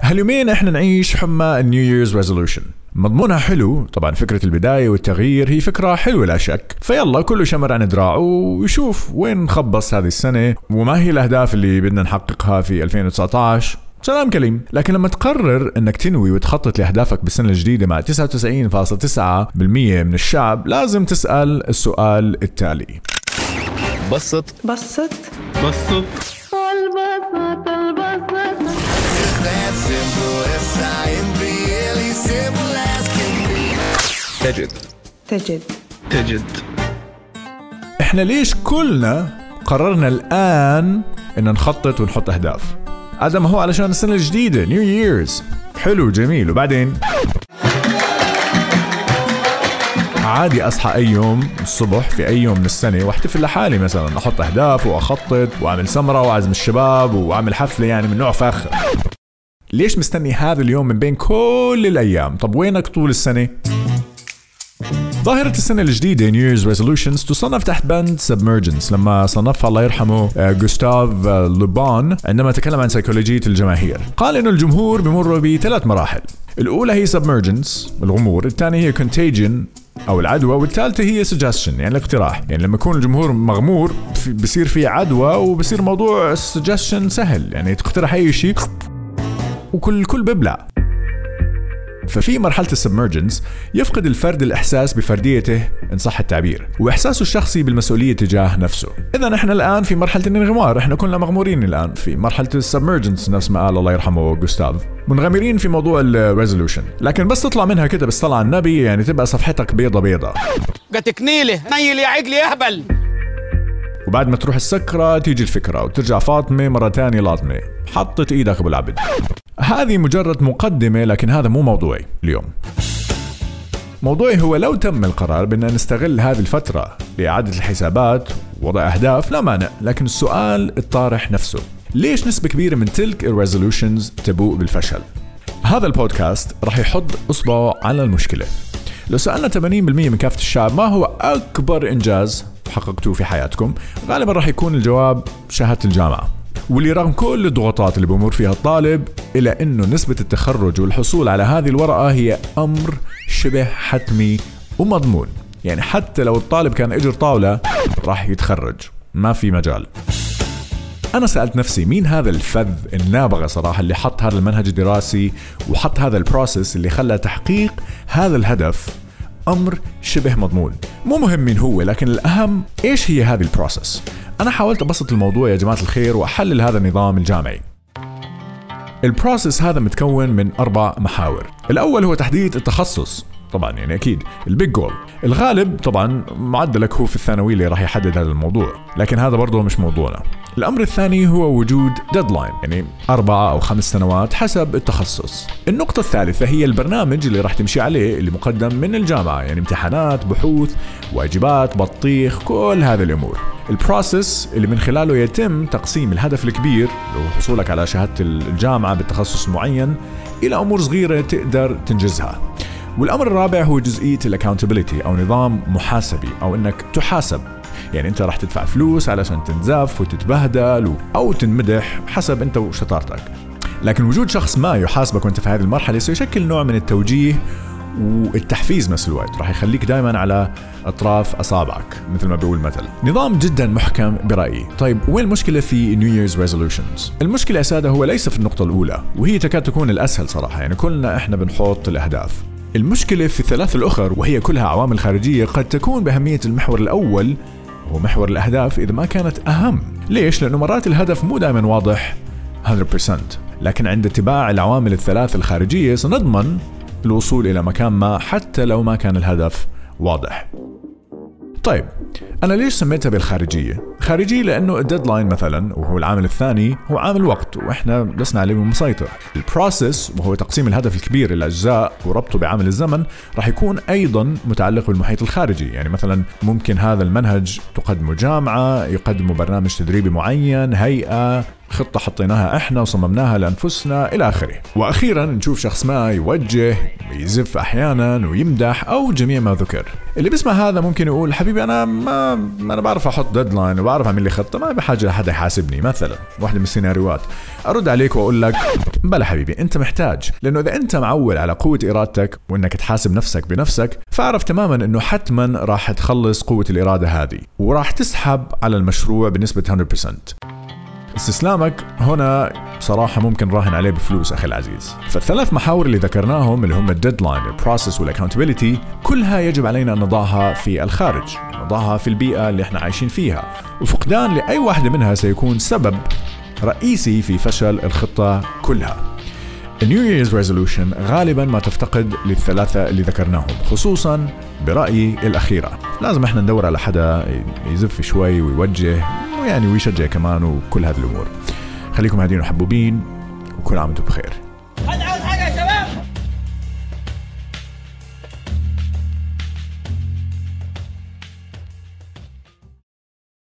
هاليومين احنا نعيش حمى النيو ييرز ريزولوشن. مضمونها حلو طبعا، فكرة البداية والتغيير هي فكرة حلوة لا شك. فيلا كله شمر عن دراعه ويشوف وين نخبص هذه السنة وما هي الأهداف اللي بدنا نحققها في 2019. سلام كريم. لكن لما تقرر انك تنوي وتخطط لأهدافك بالسنة الجديدة مع 99.9% من الشعب، لازم تسأل السؤال التالي: بسط بسط بسط تجد تجد تجد. احنا ليش كلنا قررنا الآن ان نخطط ونحط أهداف؟ هذا ما هو علشان السنة الجديدة نيو ييرز، حلو جميل. وبعدين عادي أصحى أي يوم الصبح في أي يوم من السنة واحتفل لحالي، مثلا أحط أهداف وأخطط وأعمل سمرة وأعزم الشباب وأعمل حفلة يعني من نوع فاخر. ليش مستني هذا اليوم من بين كل الأيام؟ طب وينك طول السنة؟ ظاهرة السنة الجديدة New Year's Resolutions تصنف تحت بند Submergence، لما صنفها الله يرحمه غوستاف لوبان عندما تكلم عن سيكولوجية الجماهير. قال إنه الجمهور بيمر بثلاث مراحل: الأولى هي Submergence الغمور، الثانية هي Contagion أو العدوى، والثالثة هي Suggestion يعني الاقتراح. يعني لما يكون الجمهور مغمور بصير فيه عدوى وبصير موضوع Suggestion سهل، يعني تقترح أي شيء وكل ببلع. ففي مرحلة السبمرجنس يفقد الفرد الإحساس بفرديته إن صح التعبير وإحساسه الشخصي بالمسؤولية تجاه نفسه. إذن إحنا الآن في مرحلة الانغمار، إحنا كلنا مغمورين الآن في مرحلة السبمرجنس نفس ما قال الله يرحمه غوستاف، منغمرين في موضوع الريزولوشن. لكن بس تطلع منها كده بالصلاة على النبي يعني تبقى صفحتك بيضة قتك نيله نيل يا عقلي يهبل. وبعد ما تروح السكرة تيجي الفكرة وترجع فاطمة مرة تانية لاطمة، حطت إيدك أبو العبد. هذه مجرد مقدمة، لكن هذا مو موضوعي اليوم. موضوعي هو لو تم القرار بأن نستغل هذه الفترة لإعادة الحسابات ووضع أهداف لا مانع، لكن السؤال الطارح نفسه: ليش نسبة كبيرة من تلك الريزولوشنز تبوء بالفشل؟ هذا البودكاست راح يحط إصبعه على المشكلة. لو سألنا 80% من كافة الشعب ما هو أكبر إنجاز حققتوه في حياتكم، غالبا راح يكون الجواب شهادة الجامعة. واللي رغم كل الضغوطات اللي بمر فيها الطالب، إلا أنه نسبة التخرج والحصول على هذه الورقة هي أمر شبه حتمي ومضمون. يعني حتى لو الطالب كان أجر طاولة راح يتخرج، ما في مجال. أنا سألت نفسي مين هذا الفذ النابغة صراحة اللي حط هذا المنهج الدراسي وحط هذا البروسيس اللي خلى تحقيق هذا الهدف أمر شبه مضمون. مو مهم مين هو، لكن الأهم إيش هي هذه البروسيس. أنا حاولت أبسط الموضوع يا جماعة الخير وأحلل هذا النظام الجامعي. البروسيس هذا متكون من 4 محاور. الأول هو تحديد التخصص، طبعا يعني أكيد البيج جول. الغالب طبعا معدلك هو في الثانوي اللي راح يحدد هذا الموضوع، لكن هذا برضه مش موضوعنا. الأمر الثاني هو وجود ديدلاين، يعني 4 أو 5 سنوات حسب التخصص. النقطة الثالثة هي البرنامج اللي راح تمشي عليه اللي مقدم من الجامعة، يعني امتحانات، بحوث، واجبات، بطيخ، كل هذه الأمور. البروسيس اللي من خلاله يتم تقسيم الهدف الكبير لو حصولك على شهادة الجامعة بالتخصص معين إلى أمور صغيرة تقدر تنجزها. والأمر الرابع هو جزئية الاكاونتابيليتي أو نظام محاسبي، أو إنك تحاسب. يعني أنت راح تدفع فلوس علشان تنزف وتتبهدل أو تنمدح حسب أنت وشطارتك، لكن وجود شخص ما يحاسبك وأنت في هذه المرحلة سيشكل نوع من التوجيه والتحفيز نفس الوقت، راح يخليك دائما على أطراف أصابعك مثل ما بيقول مثل. نظام جدا محكم برأيي. طيب وين المشكلة في New Year's Resolutions؟ المشكلة أساسا هو ليس في النقطة الأولى، وهي تكاد تكون الأسهل صراحة، يعني كلنا إحنا بنحط الأهداف. المشكلة في الثلاث الأخر وهي كلها عوامل خارجية قد تكون بأهمية المحور الأول هو محور الأهداف إذا ما كانت أهم. ليش؟ لأنه مرات الهدف مو دائما واضح 100%، لكن عند اتباع العوامل الثلاث الخارجية سنضمن الوصول إلى مكان ما حتى لو ما كان الهدف واضح. طيب أنا ليش سميتها بالخارجية؟ خارجية لأنه الديدلاين مثلا وهو العامل الثاني هو عامل وقت وإحنا لسنا عليه مسيطر. البروسيس وهو تقسيم الهدف الكبير إلى أجزاء وربطه بعامل الزمن راح يكون أيضا متعلق بالمحيط الخارجي. يعني مثلا ممكن هذا المنهج تقدمه جامعة، يقدمه برنامج تدريبي معين، هيئة، خطة حطيناها احنا وصممناها لأنفسنا إلى آخره. وأخيرا نشوف شخص ما يوجه، يزف أحيانا ويمدح أو جميع ما ذكر. اللي بيسمع هذا ممكن يقول حبيبي أنا ما بعرف أحط ديدلاين وبعرف أعمل لي خطة، ما بحاجة لحدا يحاسبني مثلا، واحدة من السيناريوهات. أرد عليك وأقول لك بلا حبيبي، أنت محتاج، لأنه إذا أنت معول على قوة إرادتك وإنك تحاسب نفسك بنفسك، فاعرف تماما إنه حتما راح تخلص قوة الإرادة هذه وراح تسحب على المشروع بنسبة 100%. استسلامك هنا صراحة ممكن راهن عليه بفلوس أخي العزيز. فالثلاث محاور اللي ذكرناهم اللي هم الديدلاين، البروسيس والأكاونتابيلتي، كلها يجب علينا أن نضعها في الخارج، نضعها في البيئة اللي احنا عايشين فيها، وفقدان لأي واحدة منها سيكون سبب رئيسي في فشل الخطة كلها. النيو ييرز ريزولوشن غالبا ما تفتقد للثلاثة اللي ذكرناهم، خصوصا برأيي الأخيرة. لازم احنا ندور على حدا يزف شوي ويوجه ويعني ويشجع كمان وكل هذه الأمور. خليكم هادين وحبوبين وكل عام وانتم بخير.